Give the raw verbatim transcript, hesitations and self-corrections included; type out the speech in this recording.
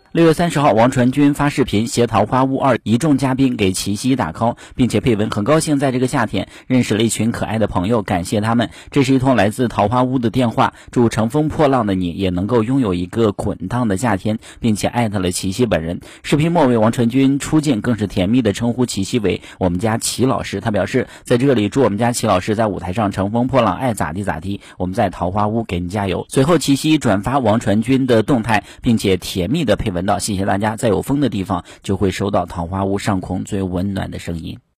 六月三十号，王传君发视频携《桃花坞二》一众嘉宾给齐溪打 call， 并且配文很高兴在这个夏天认识了一群可爱的朋友，感谢他们。这是一通来自桃花坞的电话，祝乘风破浪的你也能够拥有一个滚烫的夏天，并且艾特了齐溪本人。视频末尾，王传君出镜更是甜蜜的称呼齐溪为我们家齐老师，他表示在这里祝我们家齐老师在舞台上乘风破浪，爱咋地咋地，我们在桃花坞给你加油。随后齐溪转发王传君的动态，并且甜蜜的配文道：谢谢大家，在有风的地方就会收到桃花坞上空最温暖的声音。